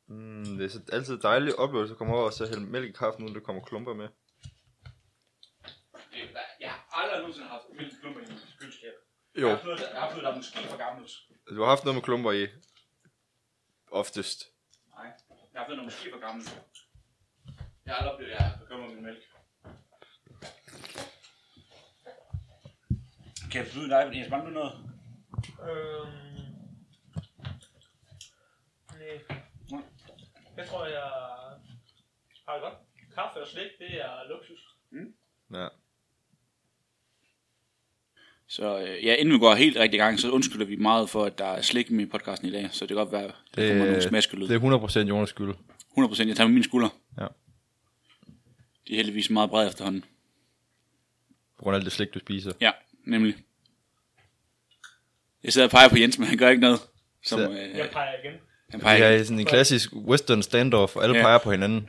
Det er så altid dejligt oplevelse at komme over og så hælde mælk i kaffen, uden der kommer klumper med. Jeg har aldrig nogensinde haft mælk i klumper i mit køleskab. Jo. Jeg har haft noget, der er måske for gammelt. Du har haft noget med klumper i. Oftest. Nej, jeg har haft noget, der måske for gammelt. Jeg har aldrig oplevet, at jeg har bekymret min mælk. Kan jeg forbyde dig, Jens? Mangler du noget? Nej. Jeg tror, jeg har det godt. Kaffe og slik, det er luksus. Ja. Så inden vi går helt rigtig i gang, så undskylder vi meget for, at der er slik med i podcasten i dag. Så det kan godt være, at der kommer nogle smaskelyd. Det er 100% Jonas skyld. 100%, jeg tager med mine skuldre. Ja. De er heldigvis meget brede efterhånden. På grund af det slik, du spiser. Ja, nemlig. Jeg sidder og peger på Jens, men han gør ikke noget. Jeg peger igen. Han Det peger er sådan en klassisk western standoff, og alle peger på hinanden.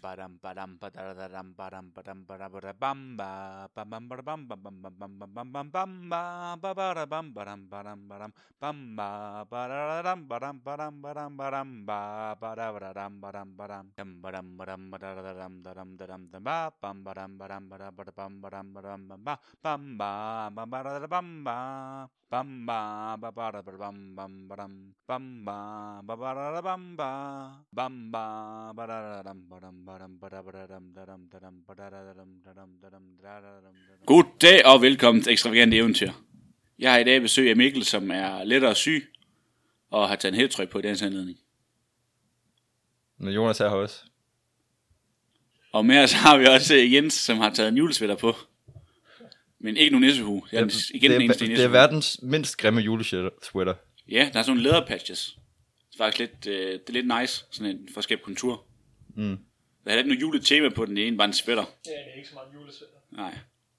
God dag og velkommen til Ekstravagante Eventyr. Jeg har i dag besøg af Mikkel, som er lettere syg og har taget en hættrøj på i dagens anledning. Men Jonas er her også. Og med os har vi også Jens, som har taget en julesvætter på. Men ikke nogen nissehue. Det er verdens mindst grimme julesweater. Ja, der er sådan nogle læderpatches. Det er faktisk lidt, det er lidt nice, sådan en for at skabe kontur. Der er ikke noget juletema på den ene, bare en sweater. Ja, det er ikke så meget julesweater. Nej.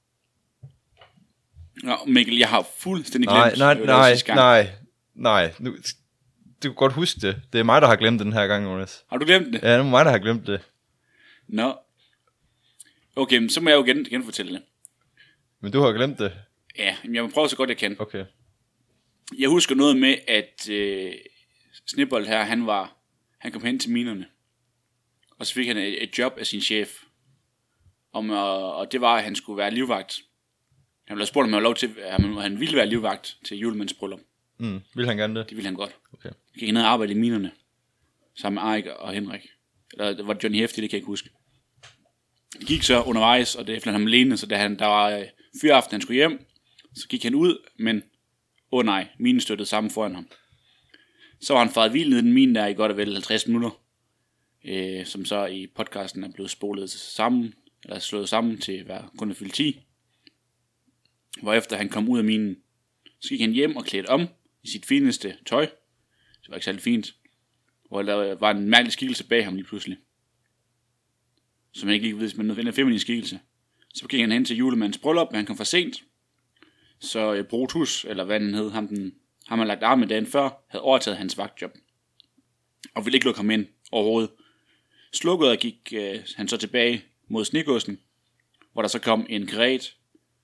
Nå, Mikkel, jeg har fuldstændig glemt. Nej. Nu, du kan godt huske det. Det er mig, der har glemt den her gang, Jonas. Har du glemt det? Ja, det er mig, der har glemt det. Nå. Okay, så må jeg jo genfortælle det. Men du har glemt det? Ja, jeg må prøve så godt jeg kan. Okay. Jeg husker noget med, at Snebold her, han kom hen til minerne. Og så fik han et job af sin chef. Og det var, at han skulle være livvagt. Han blev spurgt, om han havde lov til, at han ville være livvagt til julemandens bryllup. Vil han gerne det? Det ville han godt. Okay. Han gik ned og arbejde i minerne. Sammen med Erik og Henrik. Eller var det Johnny Hefti, det kan jeg ikke huske. Det gik så undervejs, og det efterladt ham alene. Så da der var fyraften, han skulle hjem, så gik han ud, men nej, minen støttede sammen foran ham. Så var han faret vild ned i den mine der i godt og vel 50 minutter. Som så i podcasten er blevet spolet sammen, eller slået sammen til at være kun at fylde 10. Hvorefter han kom ud af minen, så gik han hjem og klædte om i sit fineste tøj. Det var ikke særlig fint. Hvor der var en mærkelig skikkelse bag ham lige pludselig. Som han ikke lige vidste, men en feminin skikkelse. Så gik han hen til julemandens bryllup, men han kom for sent. Så Brutus, eller hvad han hed, ham han lagt arm med dagen før, havde overtaget hans vagtjob. Og ville ikke lukke ham ind overhovedet. Slukket og gik han så tilbage mod Snegåsen, hvor der så kom en græt,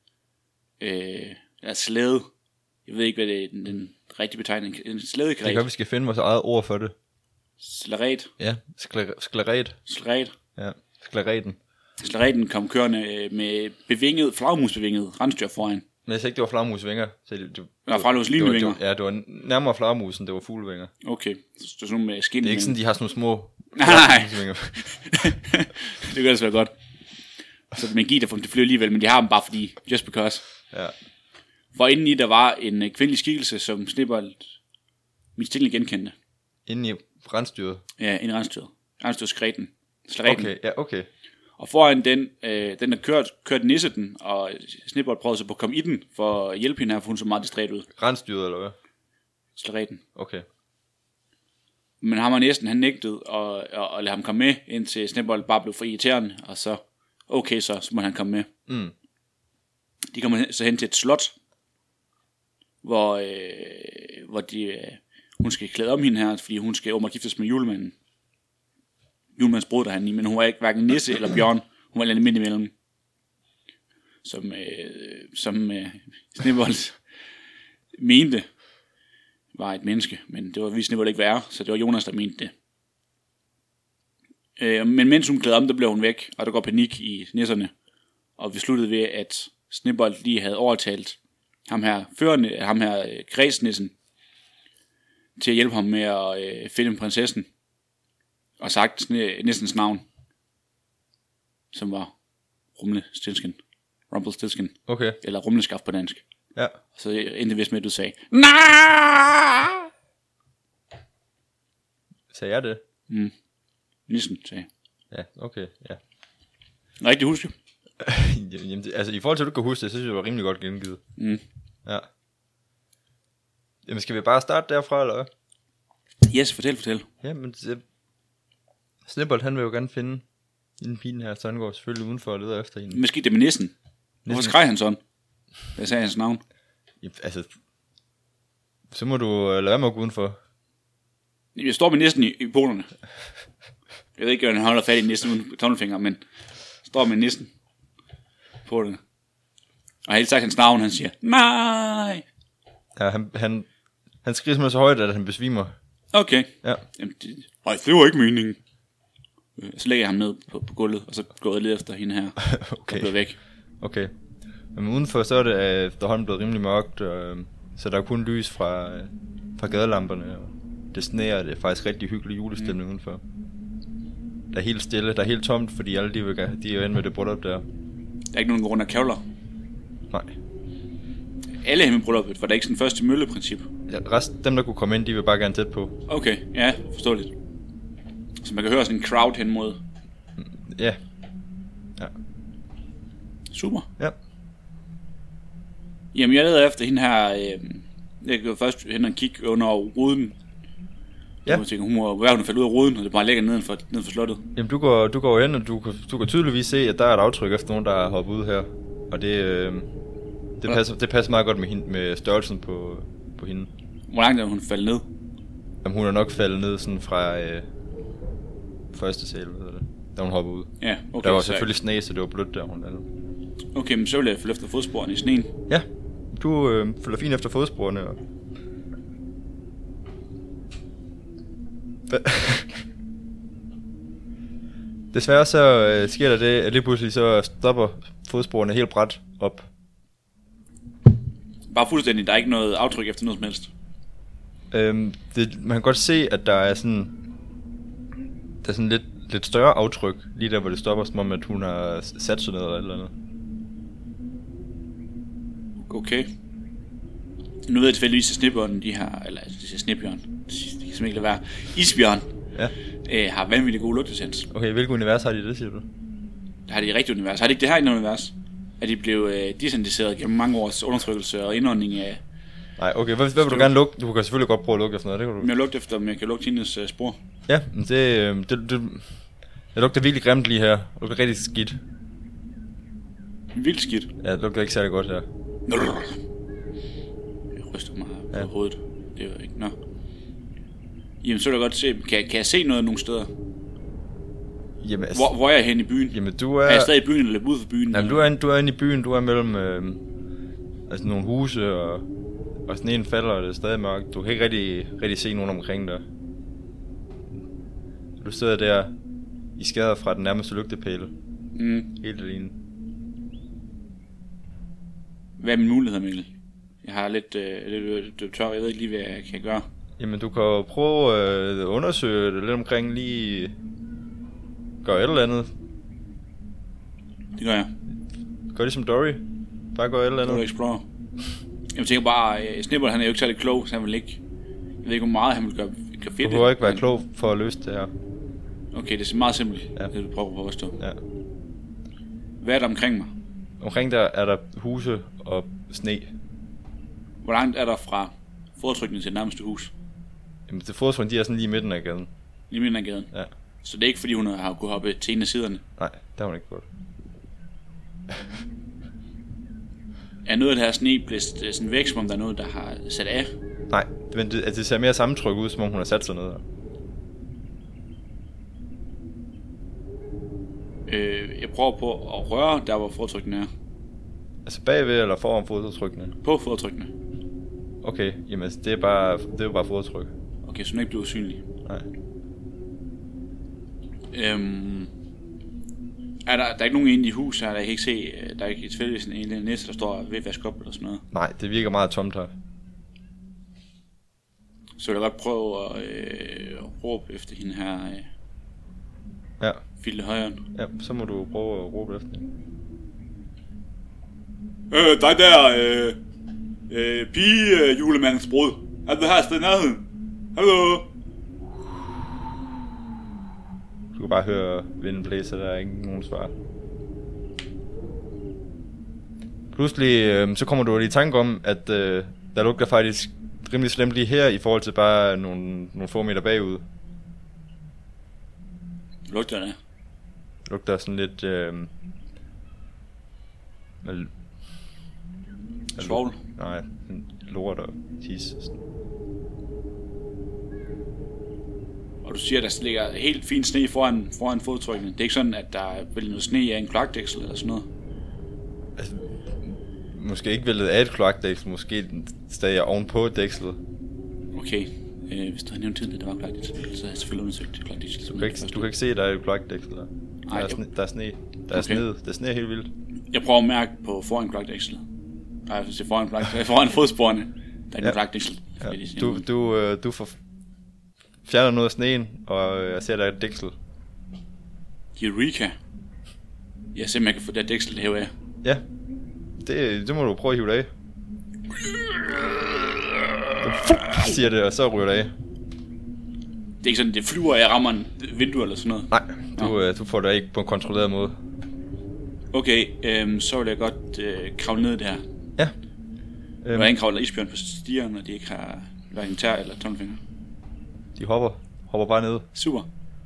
slæde. Jeg ved ikke, hvad det er den rigtige betegning. En slædegræt. Det kan vi skal finde vores eget ord for det. Slæret. Ja, sklæret. Ja, sklæreten. Slæreten kom kørende med flagmusbevinget rensdyr foran. Men jeg sagde ikke, det var flagmusvinger. Det var flagmuslignende vinger. Ja, det var nærmere flagmusen, det var fuglevinger. Okay, så det er sådan nogle med skin. Det er ikke sådan, de har sådan nogle små... Nej. Det kan altså være godt. Så man giver det flyver alligevel, men de har dem bare fordi, just because. Ja. For indeni der var en kvindelig skikkelse, som Snebold mistænkeligt genkendte. Inde i rensdyret? Ja, inde i rensdyret. Rensdyrskreten. Okay, ja, okay. Og foran den der kørte Nisse den, og Snebold prøvede så på at komme i den, for at hjælpe hende her, for hun så meget distræt ud. Rensdyret, eller hvad? Slæreten. Okay. Men ham og Nissen, han nægtede at lade ham komme med, indtil Snebold bare blev for irriterende, og så, okay, så må han komme med. De kommer så hen til et slot, hvor hun skal klæde om hende her, fordi hun skal giftes med julemanden. Julemands brud der han i, men hun var ikke hverken Nisse eller Bjørn. Hun var lidt midt imellem. Som Snebold mente var et menneske, men det var vist Snebold ikke være, så det var Jonas, der mente det. Men mens hun klæder om, der blev hun væk, og der går panik i nisserne. Og vi sluttede ved, at Snebold lige havde overtalt ham her kredsnissen, til at hjælpe ham med at finde prinsessen, og sagt nissens navn, som var Rumpelstiltskin. Okay. Eller rumleskaft på dansk. Ja. Så endte vist med, at du sagde, nej! Sagde jeg det? Nissen sagde. Ja, okay, ja. Rigtig huske. Jamen, altså, i forhold til, at du kan huske det, så synes jeg, det var rimelig godt gengivet. Ja. Jamen, skal vi bare starte derfra, eller hvad? Yes, fortæl. Jamen, Snebold, han vil jo gerne finde en pigen her, så han går selvfølgelig udenfor og leder efter hende. Måske det med nissen. Hvorfor skreg han sådan? Jeg sagde hans navn. Jamen, altså, så må du lade være med at gå udenfor. Jeg står med nissen i polerne. Jeg ved ikke, om han holder fat i nissen uden tommelfinger, men står med nissen på det. Og helt sagt hans navn, han siger, nej! Ja, han skriger simpelthen så højt, at han besvimer. Okay. Ja. Jamen, det var ikke meningen. Så lægger jeg ham ned på gulvet, og så går jeg lidt efter hende her, Okay. og bliver væk. Okay. Men udenfor, så er det efterhånden blevet rimelig mørkt, så der er kun lys fra gadelamperne. Og det sneer, og det er faktisk rigtig hyggelig julestemning udenfor. Der er helt stille, der er helt tomt, fordi alle de er jo inde med det bryllup der. Der er ikke nogen, der går rundt og kævler. Nej. Alle hjemme i brylluppet, var der ikke sådan første mølleprincip? Ja, resten, dem der kunne komme ind, de vil bare gerne tæt på. Okay, ja, forståeligt. Så man kan høre sådan en crowd hen mod. Ja. Super. Ja. Jamen, jeg leder efter hende her. Jeg går først hen og kigge under ruden. Ja. Jeg tænker, hun må være faldet ud af ruden, og det bare ligger neden for slottet. Jamen, du går hen, og du kan tydeligvis se, at der er et aftryk efter nogen, der er hoppet ud her. Og det passer meget godt med størrelsen på hende. Hvor langt er hun faldet ned? Jamen, hun er nok faldet ned sådan fra første sal, da hun hoppede ud. Ja, okay. Der var selvfølgelig sne, så det var blødt der, hun landede. Okay, men så vil jeg følge efter fodsporene i sneen. Ja, du følger fint efter fodsporene. Og... Desværre så sker der det, at lige pludselig så stopper fodsporene helt brat op. Bare fuldstændig, der er ikke noget aftryk efter noget som helst. Man kan godt se, at der er sådan lidt større aftryk lige der, hvor det stopper, som om at hun har sat sig ned eller et eller andet. Okay. Nu ved jeg tilfældigvis, at snebjørnen, de har, eller de siger snebjørn, det kan simpelthen ikke lade være, isbjørn, har vanvittigt god lugtesans. Okay, hvilket univers har de det, siger du? Der har de et rigtigt univers. Har de ikke det her i noget univers? At de blev desentiseret gennem mange års undertrykkelse og indånding af... Nej, okay, hvad vil du gerne lugte? Du kan selvfølgelig godt prøve at lugte efter noget, det kan du. Jeg lugter efter, om jeg kan lugte hendes spor. Ja, men det lugter virkelig grimt lige her. Det lugter rigtig skidt. Vildt skidt. Ja, det lugter ikke særlig godt her. Jeg ryster mig på hovedet. Det er jo ikke... Nå. Jamen, så vil jeg godt se... Kan jeg se noget nogle steder? Jamen, altså, hvor er jeg hen i byen? Jamen, du er... Er jeg stadig i byen, eller ude for byen? Jamen, du er inde i byen. Du er mellem altså nogle huse, og sneen falder, og det er stadig mørkt. Du kan ikke rigtig se nogen omkring dig. Du sidder der i skader fra den nærmeste lygtepæle. Helt alene. Hvad er min mulighed, Mikkel? Jeg har lidt tør. Jeg ved ikke lige, hvad jeg kan gøre. Jamen, du kan jo prøve at undersøge det lidt omkring, lige gøre et eller andet. Det gør jeg. Gør det som Dory. Bare gør et eller andet. Dory Explorer. Jeg tænker bare, Snebold, han er jo ikke særlig klog, så han vil ikke... Jeg ved ikke, hvor meget han vil gøre fedt. Du behøver ikke være klog for at løse det her. Okay, det er meget simpelt, ja. Det du prøver på at forstå. Ja. Hvad er der omkring mig? Omkring der er der huse og sne. Hvor langt er der fra fodtrykkene til det nærmeste hus? Jamen, det fodtryk, de er sådan lige i midten af gaden. Lige i midten af gaden? Ja. Så det er ikke, fordi hun har kunnet hoppe til en af siderne? Nej, det har hun ikke gjort. Er noget af det her sne blæst sådan væk, som om der er noget, der har sat af? Nej, men det ser mere sammentryk ud, som om hun har sat sig ned her. Jeg prøver på at røre der, hvor fodtrykkene er. Altså bagved eller foran fodtrykkene? På fodtrykkene. Okay, jamen altså, det er jo bare fodtryk. Okay, så den ikke bliver usynlig. Nej. Er der er ikke nogen inde i huset her, der kan ikke se, der er ikke tilfældigvis en næste, der står ved at vaske op eller sådan noget? Nej, det virker meget tomt her. Så vil jeg godt prøve at råbe efter hende her, Ja. Filde Højren. Ja, så må du prøve at råbe efter hende. Dig der, pige julemandens brud. Er du her sted i nærheden? Hallo? Du kan bare høre vinden blæse, der er ikke nogen svar. Pludselig så kommer du i tanke om, at der lugter faktisk rimelig slemt lige her, i forhold til bare nogle få meter bagud. Lugter det? Lugter sådan lidt... Svovl? Nej, lort og tis. Og du siger, at der ligger helt fint sne foran fodtrykkene. Det er ikke sådan, at der er vel noget sne af en kloakdæksel eller sådan noget? Altså, måske ikke vældet af et kloakdæksel, måske stadig er ovenpå dækslet. Okay, hvis du har nævnt tidligere, at der var kloakdæksel, så har jeg selvfølgelig undersøgt det kloakdæksel. Du kan ikke se, at der er et kloakdæksel der. Nej, der er sne. Der er sne. Der er sne helt vildt. Jeg prøver at mærke på foran kloakdæksel. Nej, hvis det er foran fodsporene. Der er en kloakdæksel. Ja. Du får fjerner noget af sneen, og jeg ser, der er et dæksel. Eureka. Jeg simpelthen kan få det dæksel hæve af. Ja, det må du prøve at hive det af. Siger det, og så ryger det af. Det er ikke sådan, det flyver, og jeg rammer en vindue eller sådan noget? Nej, du får det ikke på en kontrolleret måde. Okay, så vil jeg godt kravle ned der. Ja. Hvordan kravler isbjørn på stierne, når de ikke har hverken tær eller tommelfinger? De hopper bare ned. Super.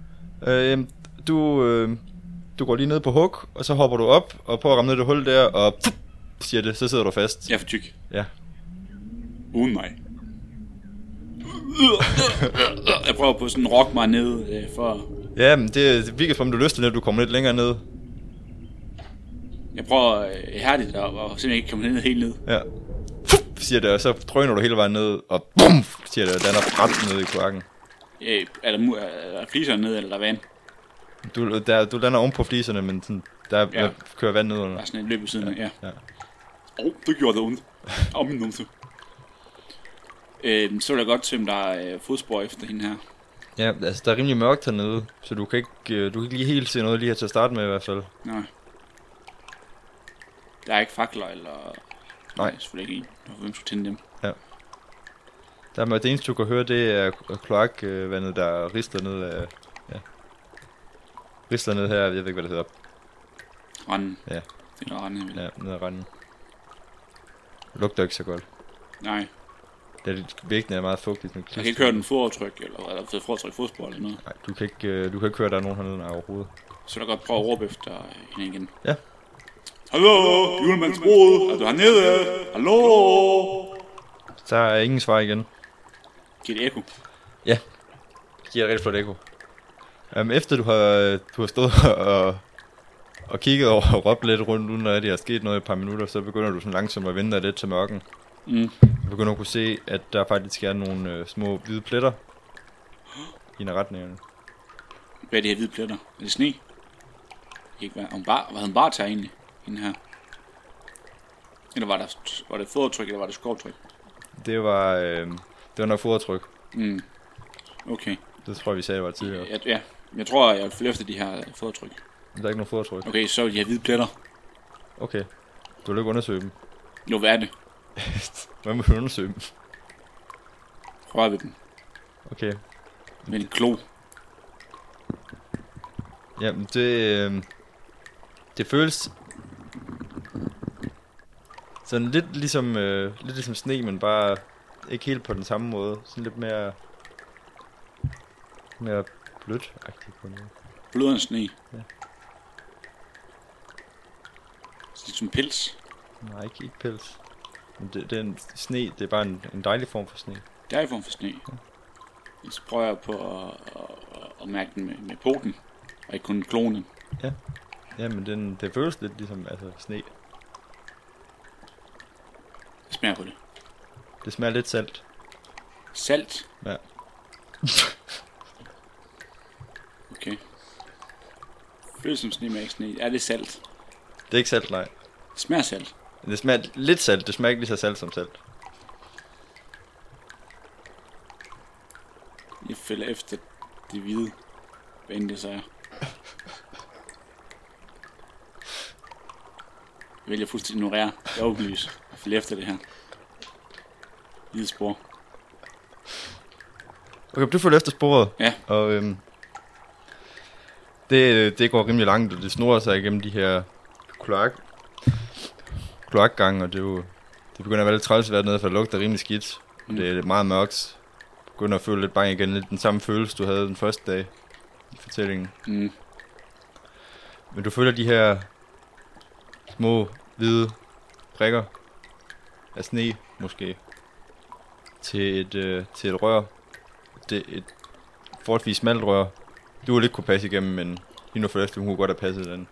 Du går lige ned på hug, og så hopper du op, og på at ramme ned det hul der, og siger det, så sidder du fast. Jeg er for tyk. Ja. Uden mig. Jeg prøver på sådan en rock mig ned for... Ja, men det virker som om du lyster ned, at du kommer lidt længere ned. Jeg prøver hærdigt og simpelthen ikke komme ned helt ned. Ja. Siger det, og så drøner du hele vejen ned, og bum, siger det, og den er brændt ned i kloakken. Er fliserne ned, eller der er vand? Du lander oven på fliserne, men sådan, der kører vand ned under. Der er sådan et løb ved siden af, ja. Det gjorde det ondt. Min numse. Så vil jeg godt se, om der er fodspor efter hende her. Ja, altså der er rimelig mørkt hernede, så du kan ikke lige helt se noget lige her til at starte med i hvert fald. Nej. Der er ikke fakler, eller... Nej. Selvfølgelig ikke en. Hvem skulle tænde dem? Ja. Det eneste du kan høre, det er kloakvandet, der risler ned af... Ja. Risler ned her, jeg ved ikke, hvad det hedder. Randen. Ja. Det er randen. Ja, ned ad randen. Det lugter ikke så godt. Nej. Det er væggene er meget fugtigt. Jeg kan ikke høre den fodaftryk, eller fodaftryk fodspor eller noget. Nej, du kan ikke høre, der er nogen hernede overhovedet. Så vil jeg godt prøve at råbe efter hende igen. Ja. Hallo, julemands brud, er du hernede? Hallo? Der er ingen svar igen. Giver det ekko? Ja, det giver et rigtig flot ekko. Efter du har stået og kigget over og råbt lidt rundt, uden at det har sket noget i et par minutter, så begynder du sådan langsomt at vende dig lidt til mørken. Du begynder at kunne se, at der faktisk er nogle små hvide pletter i en af retningerne. Hvad er det her hvide pletter? Er det sne? Ikke hvad? Var han bare tager egentlig? Hende her? Eller var det fodaftryk, eller var det skovtryk? Det var nok fodaftryk. Okay. Det tror jeg, vi sagde, det var tidligere. Ja. Jeg tror, jeg vil følge efter de her fodaftryk. Der er ikke nogen fodaftryk. Okay, så er de her hvide pletter. Okay. Du vil ikke undersøge dem. Jo, hvad er det? Hvad må du undersøge dem? Rør ved dem. Okay. Med en klo. Jamen, det føles sådan lidt ligesom sne, men bare ikke helt på den samme måde. Sådan lidt mere blødt-agtigt på noget. Blød en sne? Ja. Lidt som pels? Nej, ikke pels. Men det er en sne, det er bare en dejlig form for sne. Dejlig form for sne? Ja. Så prøver jeg på at mærke den med poten, og ikke kun klonen. Ja. Ja, men det føles lidt ligesom sne. Jeg smager på det. Det smager lidt salt. Salt? Ja. Okay. Føles som sne, men ikke sne. Er det salt? Det er ikke salt, nej. Det smager salt. Det smager lidt salt. Det smager ikke lige så salt som salt. Jeg følger efter det hvide. Hvad end det så er. Jeg vælger fuldstændig ignorere. Jeg er overbevist. Jeg følger efter det her. Hvide spor. Okay, du følger efter sporet. Ja. Og det går rimelig langt, og det snurrer sig igennem de her kloakgange, og det begynder at være lidt træls at være nede, for det lugter rimelig skidt. Det er meget mørkt. Du begynder at føle lidt bange igen, lidt den samme følelse, du havde den første dag i fortællingen. Men du føler de her små, hvide prikker af sne, måske, til et rør. Det er et forholdsvis smalt rør. Du ville ikke kunne passe igennem, men lige nu for efter, hun kunne godt have passet den.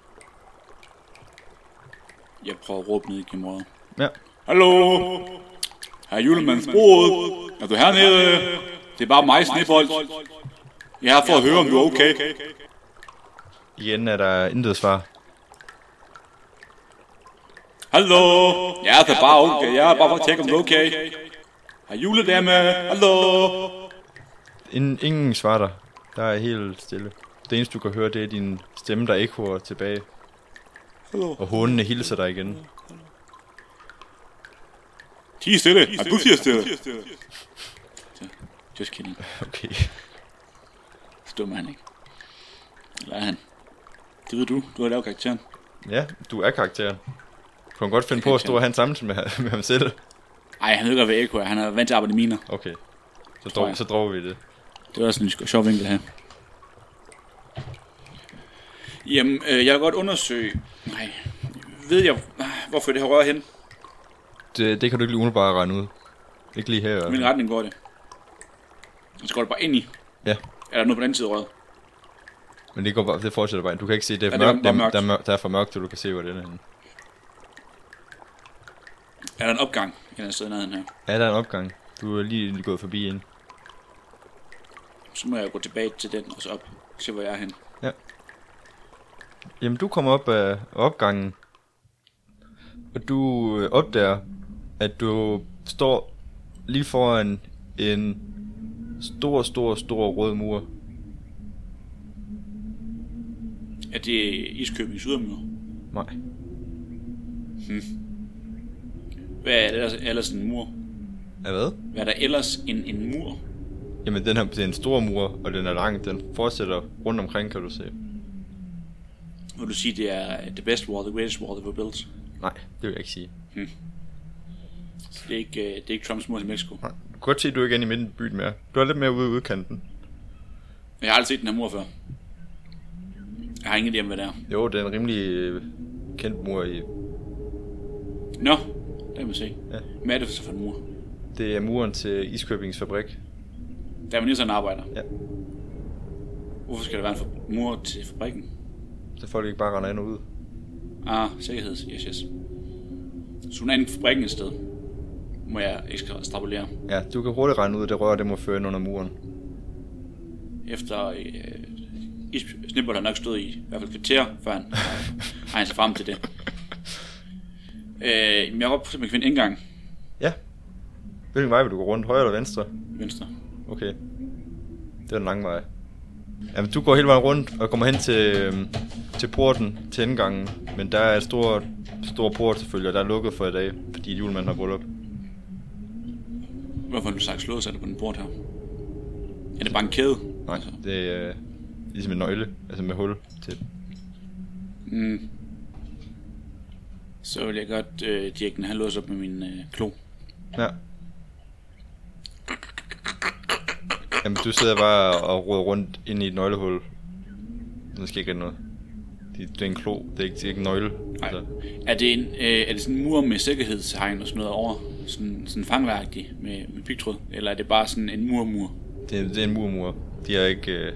Jeg prøver at råbe ned igennem røret. Ja. Hallo? Her er julemandens brud. Er du hernede? Det er bare mig, Snebold. Jeg er her for at høre, om du er okay. Igen er der intet svar. Hallo? Jeg er bare okay. Jeg er bare for at tjekke, om du er okay. Her er juledame. Hallo? Ingen svarer dig. Der er helt stille. Det eneste du kan høre, det er din stemme, der ekkoer tilbage. Hallo? Og hundene hilser dig igen. Tige stille. Er du siger stille? Just kidding. Okay. Så dum er han ikke. Eller er han? Det ved du. Du har lavet karakteren. Ja, du er karakteren. Du kan godt finde på at stå og have en samtale med ham selv. Ej, han ved godt, hvad ekko er. Han er vant til at arbejde i miner. Okay. Så droger vi det. Det var også en sjov vinkel her. Jamen, jeg vil godt undersøge... Nej, ved jeg, hvorfor det her rører hen? Det kan du ikke lige umiddelbart regne ud. Ikke lige her. Hvilken retning går det? Så går det bare ind i? Ja. Er der noget på den anden side af røret? Men det fortsætter bare. Du kan ikke se, det er for mørkt. Der er for mørkt, så du kan se, hvor det er henne. Er der en opgang et eller andet sted nærheden her? Ja, der er en opgang. Du er lige gået forbi en. Så må jeg gå tilbage til den og så op. Se, hvor jeg er henne. Ja. Jamen, du kommer op af opgangen. Og du opdager, at du står lige foran en stor rød mur. Er det Iskøbings ydermur? Nej. Hvad er det ellers en mur? Ja, hvad? Hvad er der ellers en mur? Jamen, det er en stor mur, og den er lang. Den fortsætter rundt omkring, kan du se. Vil du sige, det er the best wall, the greatest wall ever built? Nej, det vil jeg ikke sige. Så det er ikke Trumps mur til Mexico? Nej. Du kan godt se, at du ikke er inde i midten af byen mere. Du er lidt mere ude i udkanten. Jeg har aldrig set den her mur før. Jeg har ingen idé om, hvad det er. Jo, det er en rimelig kendt mur i... Nå, der kan man se. Ja. Hvad er det så for en mur? Det er muren til Iskøbings fabrik. Der er ministeren arbejder? Ja. Hvorfor skal der være en mur til fabrikken? Så folk ikke bare render ind og ud. Sikkerhed. Yes. Så hun er inde i fabrikken et sted. Må jeg ekstrapolere. Ja, du kan hurtigt regne ud, at det rør, det må føre ind under muren. Efter Snibbold har nok stået i hvert fald kvarter, før han har sig frem til det. Jeg har godt simpelthen finde indgang. Ja. Hvilken vej vil du gå rundt? Højre eller venstre? Venstre. Okay. Det er en lang vej. Jamen, du går hele vejen rundt og kommer hen til porten, til indgangen. Men der er et stor port selvfølgelig, og der er lukket for i dag, fordi julemanden har bryllup. Hvorfor har du sagt slået sig på den port her? Er det bare en kæde? Nej, det er ligesom en nøgle, altså med hul til. Så vil jeg godt dirke den her lås op med min klo. Ja. Jamen, du sidder bare og roder rundt ind i et nøglehul. Det skal ikke noget. Det er en klo, det er ikke en nøgle. Altså. Er det sådan en mur med sikkerhedshegn og sådan noget over? Sådan fanglagtig med pigtråd? Eller er det bare sådan en mur? Det er en mur. De er ikke... der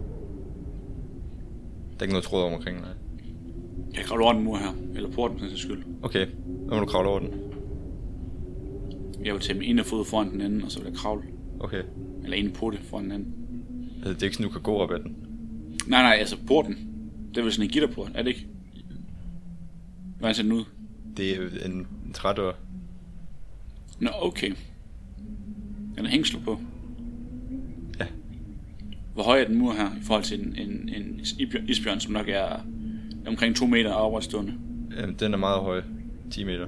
er ikke noget tråd omkring, nej. Jeg kan kravle over den mur her. Eller porten, for den skyld. Okay, nu må du kravle over den. Jeg vil tage min ene fod foran den anden, og så vil jeg kravle. Okay. Eller en porte foran den anden. Altså, det er ikke sådan, du kan gå op ad den? Nej, altså porten. Det er vel sådan en gitterport, er det ikke? Hvordan ser den ud? Det er en trædør. Nå, okay. Den er hængsel på. Ja. Hvor høj er den mur her, i forhold til en isbjørn, som nok er omkring 2 meter overstående? Den er meget høj. 10 meter.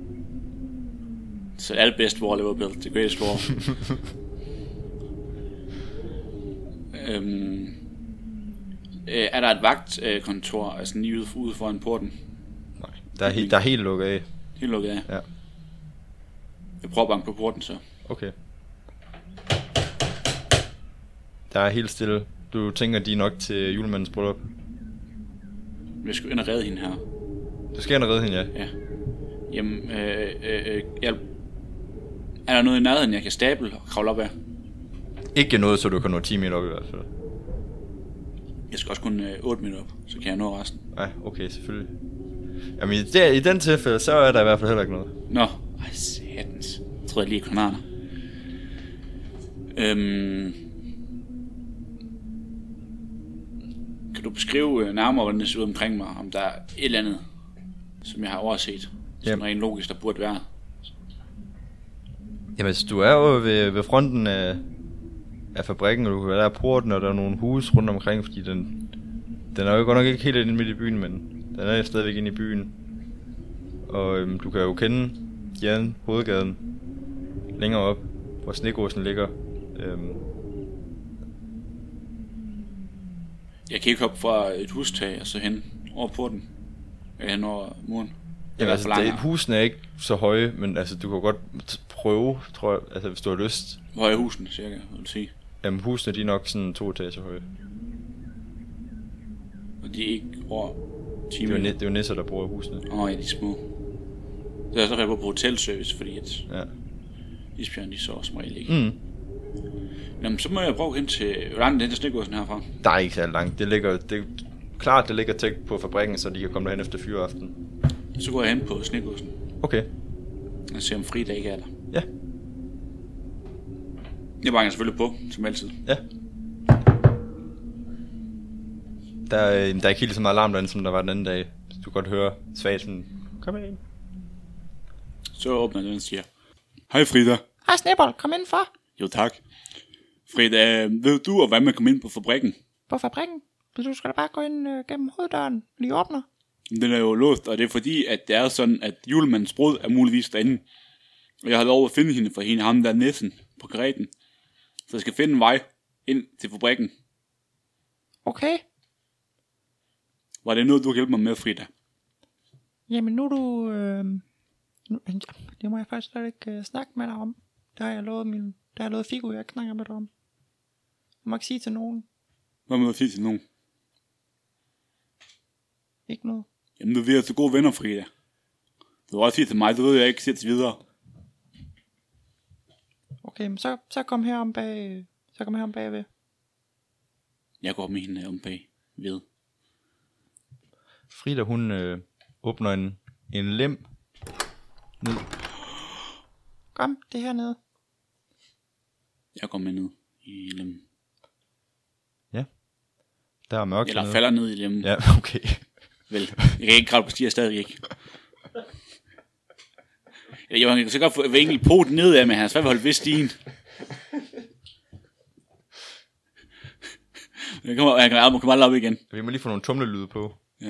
Så alt best war ever built, the greatest war. Er der et vagtkontor, altså lige ude foran porten? Nej, der er helt lukket af. Helt lukket af? Ja. Jeg prøver at banke på porten så. Okay. Der er helt stille. Du tænker, de er nok til julemandens bryllup? Jeg skal ind og redde hende her. Du skal ind og redde hende, ja? Ja. Jamen, er der noget i nærheden, jeg kan stable og kravle op af? Ikke noget, så du kan nå 10 meter op i hvert fald. Jeg skal også kun 8 meter op, så kan jeg nå resten. Nej, okay, selvfølgelig. Jamen, i den tilfælde, så er der i hvert fald heller ikke noget. Nå, ej satans. Jeg tror jeg lige konaner. Kan du beskrive nærmere, hvordan det ser ud omkring mig? Om der er et eller andet, som jeg har overset, som rent logisk, der burde være? Jamen, du er jo ved fronten af fabrikken, og du kan være der porten, og der er nogle huse rundt omkring, fordi den er jo godt nok ikke helt inde midt i byen, men den er stadigvæk inde i byen. Og du kan jo kende Jan, hovedgaden, længere op, hvor Snegåsen ligger. Jeg kan ikke hoppe fra et hustag og så hen over porten, eller hen over muren. Jamen, altså, husene er ikke så høje, men altså, du kan godt prøve, tror jeg, altså, hvis du har lyst. Hvor høje er husene, cirka, vil du sige? Jamen, husene, de er nok sådan 2 etager høje. Og de er ikke over 10 meter? Det er jo nisser, der bor i husene. Ja, de er små. Det er så jeg på hotelservice, fordi at isbjørn, de sover som regel ikke. Jamen, så må jeg prøve hen til... Hvor langt er den til Snegåsen herfra? Der er ikke så langt. Det er klart, det ligger tæt på fabrikken, så de kan komme derhen efter fyreaften. Så går jeg hen på Snegåsen. Okay. Og ser om Frida ikke er der. Ja. Jeg banker selvfølgelig på, som altid. Ja. Der er ikke helt så meget alarm derinde, som der var den anden dag. Du kan godt høre svagt sådan, kom ind. Så åbner den og siger, hej Frida. Hej Snebold, kom indenfor. Jo tak. Frida, ved du, og hvad man kommer ind på fabrikken? På fabrikken? Du skal da bare gå ind gennem hoveddøren, lige åbner. Den er jo låst, og det er fordi, at det er sådan, at julemandens brud er muligvis derinde. Og jeg har lov at finde hende for hende, ham der næsten på græten. Så jeg skal finde en vej ind til fabrikken. Okay. Var det noget, du kan hjælpe mig med, Frida? Jamen nu er du... det må jeg faktisk slet ikke snakke med dig om. Der har jeg lovet Figo, jeg snakker med dig om. Jeg må ikke sige til nogen. Hvad må du sige til nogen? Ikke noget. Jamen, vi er så gode venner, Frida. Du vil også sige til mig, så ved jeg ikke sætte videre. Okay, men så kom her om bag... Så kom her om bagved. Jeg går med hende om bag ved. Frida, hun åbner en lem ned. Kom, det her nede. Jeg går med ned i lemmen. Ja. Der er mørkt. Eller falder ned i lemmen. Ja, okay. Vel, jeg kan ikke kravle på stiger stadig ikke. Jeg kan så godt få enkelt pot ned af, men han har svært ved at holde ved stigen. Han kommer aldrig op igen. Vi må lige få nogle tumlelyde på. Ja.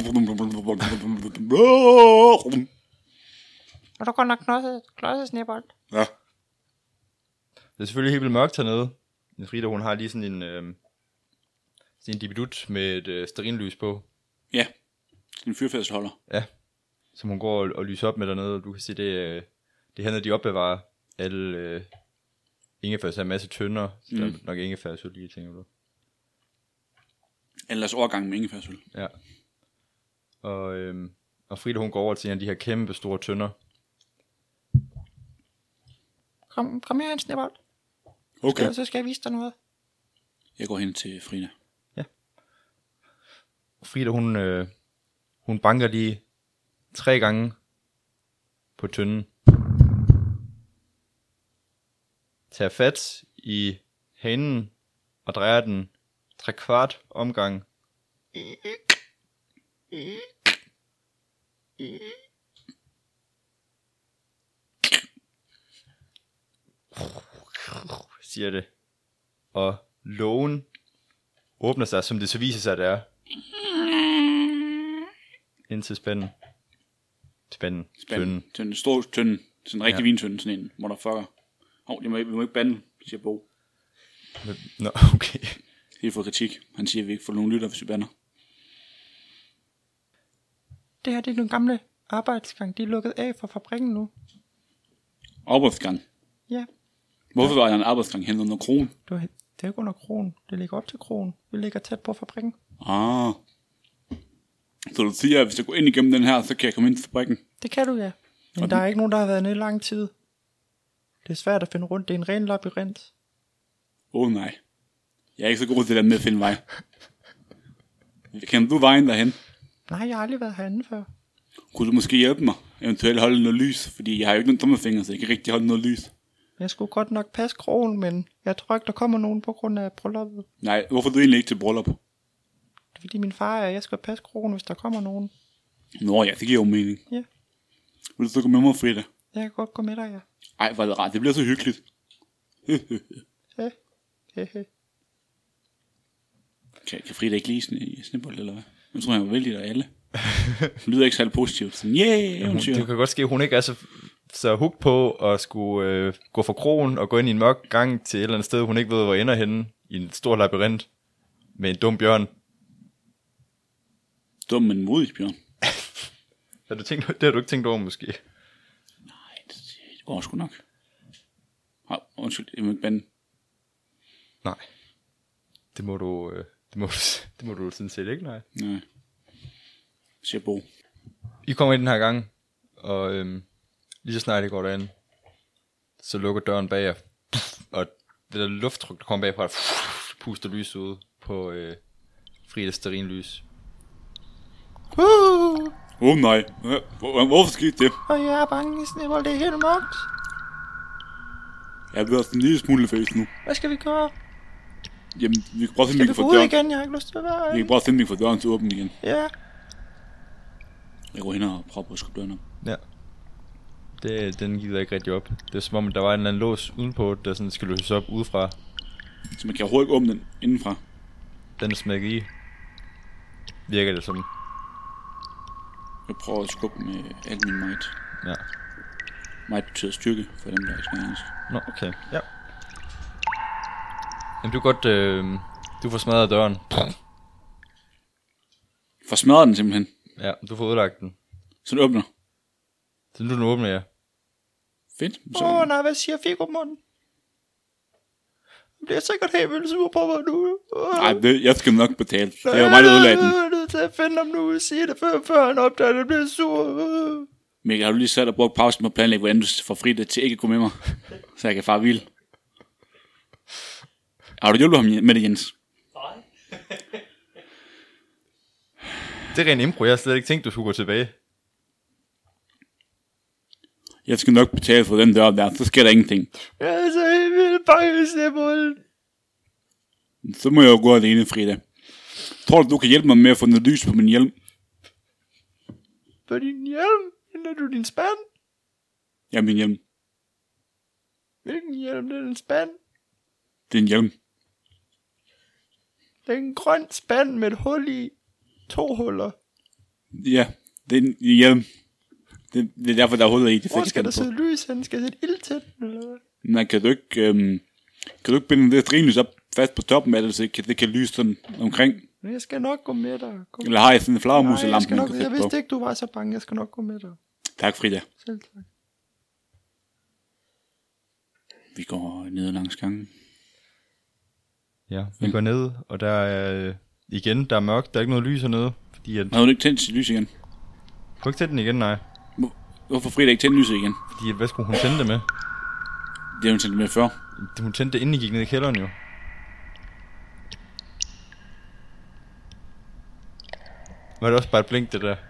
Og der går nok klodset Snebold. Ja. Det er selvfølgelig helt vildt mørkt hernede. Frida, hun har lige sådan en dibidut med et stearinlys på. Ja, en fyrfærdesholder. Ja, som hun går og lyser op med dernede, og du kan se, det er hernede, de opbevarer alle ingefær, så er en masse tønder, så der er nok ingefærsøl lige, tænker du. Ellers overgang med ingefærsøl. Ja. Og Frida, hun går over til en af de her kæmpe store tønder. Kom her, Snebold. Okay. Så skal jeg vise dig noget. Jeg går hen til Frida. Ja. Frida, hun banker lige 3 gange på tønden. Tager fat i hanen og drejer den 3/4 omgang. Siger det. Og lågen åbner sig, som det så viser sig, at det er. Ind til spænden. Tønden. Tønden. Stor tønden. Sådan en rigtig vintønden. Sådan en motherfucker. Vi må ikke bande, siger Bo. Nå, okay. Det er for kritik. Han siger, at vi ikke får nogen lytter, hvis vi bander. Det her, det er den gamle arbejdsgang. De er lukket af fra fabrikken nu. Arbejdsgang. Ja. Hvorfor var der en arbejdsgang hen under kronen? Det er ikke under kronen. Det ligger op til kronen. Vi ligger tæt på fabrikken. Så du siger, at hvis jeg går ind igennem den her, så kan jeg komme ind til fabrikken? Det kan du, ja. Men der er ikke nogen, der har været nede i lang tid. Det er svært at finde rundt. Det er en ren labyrint. Nej. Jeg er ikke så god til det med at finde vej. Kender du vejen derhen? Nej, jeg har aldrig været herinde før. Kunne du måske hjælpe mig? Eventuelt holde noget lys? Fordi jeg har jo ikke nogen tommelfinger, så jeg kan ikke rigtig holde noget lys. Jeg skulle godt nok passe krogen, men jeg tror ikke, der kommer nogen på grund af brylluppet. Nej, hvorfor er du egentlig ikke til bryllup? Det er fordi min far jeg skal passe krogen, hvis der kommer nogen. Nå ja, det giver jo mening. Ja. Vil du så gå med mig, Frida? Jeg kan godt gå med dig, ja. Ej, hvor er det rart. Det bliver så hyggeligt. Kan Frida ikke lide snebold, eller hvad? Jeg tror, jeg var vældig der alle. Det lyder ikke særlig positivt. Sådan, eventyr. Det kan godt ske, at hun ikke er så hooked på at skulle gå fra krogen og gå ind i en mørk gang til et eller andet sted, hun ikke ved, hvor ender henne, i en stor labyrint med en dum bjørn. Dum, men modig bjørn. Det har du ikke tænkt over, måske? Nej, det går sgu nok. Undskyld, jeg må ikke bande. Nej. Det må du sådan set ikke, nej. Nej. Siger Bo. I kommer ind den her gang, og lige så snart I går derind, så lukker døren bag jer, og det der lufttryk, der kommer bagfra, puster lys ud på Fridas stearinlys. Nej. Hvorfor skete det? Og jeg er bange, Snebold, det er helt mørkt. Jeg bliver sådan en lille smule face nu. Hvad skal vi gøre? Jamen, vi kan prøve at Skal vi få ud igen? Jeg har ikke lyst til at være Vi kan prøve at finde, at vi får døren til åben igen. Ja. Jeg går hen og prøver at skubbe døren op. Ja. Den gider ikke rigtig op. Det er som om, der var en eller anden lås udenpå, der sådan skal løses op udefra. Så man kan overhovedet ikke åbne den indenfra. Den er smækket i. Virker det som. Jeg prøver at skubbe med al min might. Ja. Might betyder styrke, for dem, der ikke snakker engelsk. Nå, okay. Ja. Jamen, du godt... du får smadret døren. For smadrer den simpelthen. Ja, du får ødelagt den. Så den åbner. Så nu den åbner, ja. Fedt. Nej, hvad siger Figurmunden? Jeg bliver sikkert helt vildt sur på mig nu. Nej, jeg skal nok betale. Det er jo mig, der ødelagde den. Jeg er nødt til at finde ham nu og sige det, før han opdager, at jeg bliver sur. Mikkel, har du lige sat og brugt pausen på at planlægge, hvordan du får Frida til ikke at gå med mig? Så jeg kan fare vild. Har du hjulpet ham med det, Jens? Nej. Det er ren impro. Jeg har slet ikke tænkt, du skulle gå tilbage. Jeg skal nok betale for den dør der, så sker der ingenting. Jeg er så helt vildt bange, Snebold. Så må jeg jo gå alene, Frida. Tror du kan hjælpe mig med at få noget lys på min hjelm? På din hjelm? Henter du din spand? Ja, min hjelm. Hvilken hjelm? Det er en spand. Det er en hjelm. Det er en grøn spand med et hul i. 2 huller. Ja, det er en hjelm. Det er derfor, der er huller i. Hvor skal der sidde lys hen? Skal der sætte ild til den, eller hvad? Nej, kan du ikke binde det strinlys op fast på toppen af det, så det kan lyse sådan omkring? Jeg skal nok gå med dig. Eller har jeg sådan en flagermuselampe, jeg vidste ikke, du var så bange. Jeg skal nok gå med dig. Tak, Frida. Selv tak. Vi går ned langs gangen. Ja, vi går ned, og der er igen, der er mørkt. Der er ikke noget lys hernede. Fordi at... Har du ikke tændt sit lys igen? Du kan ikke tænde den igen, nej. Hvorfor Frida ikke tændt lyset igen? Fordi hvad skulle hun tænde det med? Det har hun tændt med før. Hun tændte det, inden I gik ned i kælderen jo. Var det også bare et blink, det der?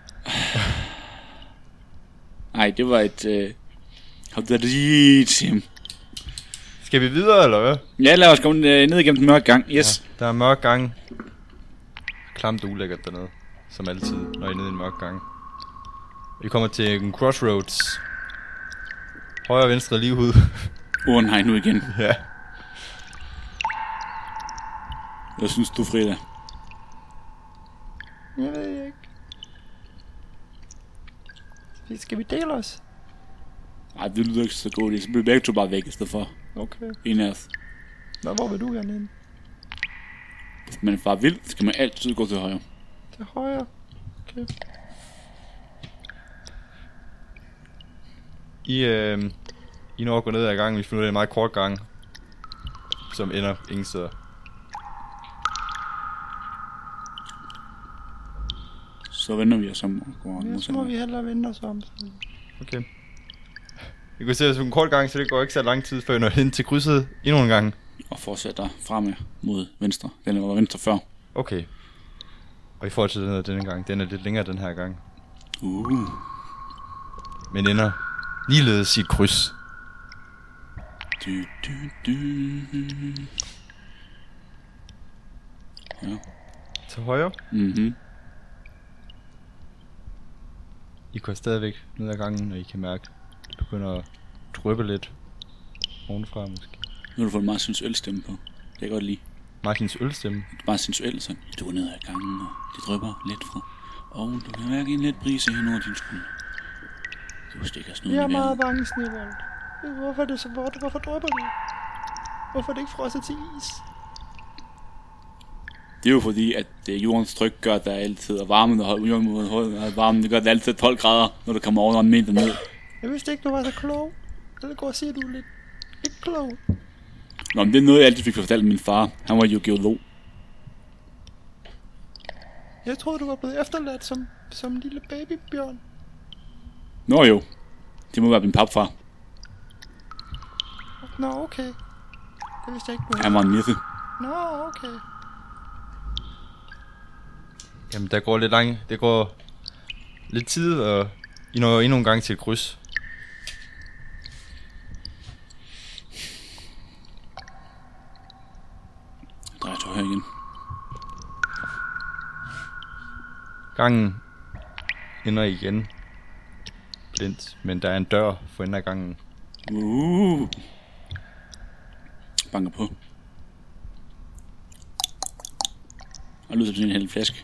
Nej, det var et... Havdaritim. Skal vi videre, eller hvad? Ja, lad os gå ned igennem den mørke gang. Yes. Ja, der er mørk gang. Klamt ulækkert dernede. som altid, når I er nede i en mørk gang. Vi kommer til en crossroads. Højre og venstre lige ud. Nej, nu igen. Ja. Hvad synes du, Frida? Jeg ved ikke. Skal vi dele os? Nej, det lyder ikke så godt. Så bliver begge to bare væk i stedet for. Okay. En af os. Nå, hvor vil du gerne ind? Hvis man er bare vild, skal man altid gå til højre. Til højre. Okay. I når at gå ned ad gangen, vi finder ud af en meget kort gang, som ender ingen steder. Så vender vi os om og går Ja, så må vi hellere vende os om. Okay. Vi kan se, at det er en kort gang, så det går ikke så lang tid, før vi når hen til krydset endnu en gang. Og fortsætter fremad mod venstre. Den var venstre før. Okay. Og i forhold til denne gang, den er lidt længere den her gang. Men ender ligeledes i et kryds. Ja. Til højre. Mhm. I går stadigvæk ned ad gangen, og I kan mærke, at det begynder at dryppe lidt ovenfra måske. Nu har du fået en meget sensuel stemme på. Det kan jeg godt lide. Martins ølstemme. Meget sensuel sådan. Du går ned ad gangen, og det drypper lidt fra. Og du kan mærke en let brise hen over din skulder. Du stikker snuden i Jeg er vandet. meget bange, Snebold. Hvorfor er det så vådt? Hvorfor drypper det? Hvorfor er det ikke frosset til is? Det er jo fordi, at jordens tryk gør, at der altid er varmen, og jorden mod højden varmen. Det gør, at der altid er 12 grader, når du kommer over en meter ned. Jeg vidste ikke, du var så klog. Det går at sige, at du er lidt ikke klog. Nå, men det er noget, jeg altid fik fortalt min far. Han var jo geolog. Jeg troede, du var blevet efterladt som en lille babybjørn. Nå jo, det må være min papfar. Nå, okay. Det vidste jeg ikke, du Han var en nisse. Nå, okay. Jamen, det går lidt tid, og I når endnu en gang til et kryds. Drejer til højre igen. Gangen ender igen blindt, men der er en dør for enden af gangen. Banker på. Og lyder som sådan en hel flaske.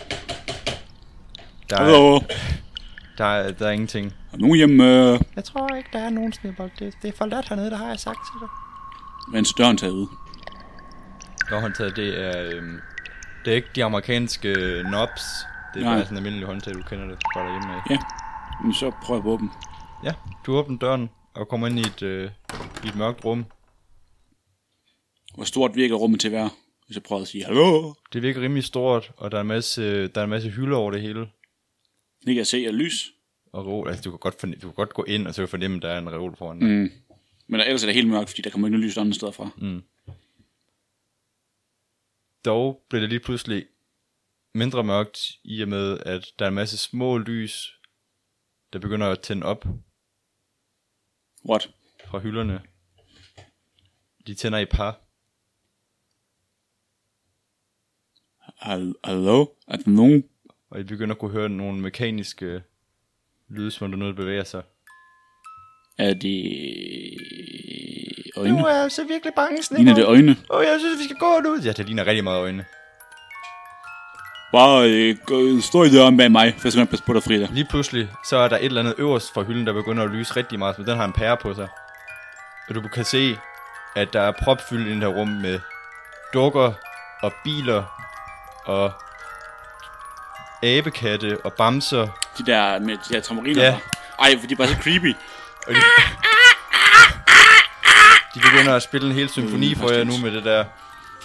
Hallo? Der er ingenting. Er nogen hjemme? Jeg tror ikke, der er nogen Snebold. Det er forladt hernede, der har jeg sagt til dig. Mens døren taget ud. Dørhåndtaget, det er ikke de amerikanske knobs. Det er bare sådan en almindelig håndtag, du kender det fra derhjemme af. Ja, men så prøver jeg på dem. Ja, du åbner døren og kommer ind i et mørkt rum. Hvor stort virker rummet til at være? Hvis jeg prøver at sige hallo? Det virker rimelig stort, og der er en masse hylder over det hele. Det kan jeg se af lys. Og reol, altså du kan godt gå ind, og så kan du fornemme, at der er en reol foran dig. Men ellers er det helt mørkt, fordi der kommer ikke noget lys andre steder fra. Dog bliver det lige pludselig mindre mørkt, i og med, at der er en masse små lys, der begynder at tænde op What? fra hylderne. De tænder i par. Hallo? Er der nogen? Og I begynder at kunne høre nogle mekaniske lyde, som der noget bevæger sig. Er det øjne? Nu er jeg altså virkelig bange, Snebold. Ligner det øjne? Jeg synes, vi skal gå ud. Ja, det ligner rigtig meget øjne. Bare stå i døren bag mig, for jeg skal passe på dig, Frida. Lige pludselig, så er der et eller andet øverst fra hylden, der begynder at lyse rigtig meget, men den har en pære på sig. Og du kan se, at der er propfyldt i det her rum med dukker og biler og abekatte og bamser. De der med de her tamburiner. Ja. Ej, for de er bare så creepy. Og de begynder at spille en hel symfoni for jer nu med det der.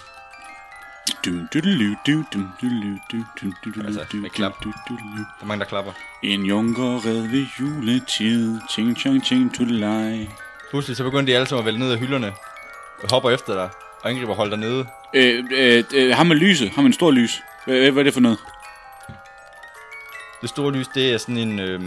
Altså, med klap. Der er mange, der klapper. En junker red ved juletid. Ching chong ching to lie. Pludselig så begynder de alle sammen at vælge ned af hylderne og hopper efter dig og angriber og holder dig nede. Ham med lyset. Ham med en stor lys. Hvad er det for noget? Det store lys, det er sådan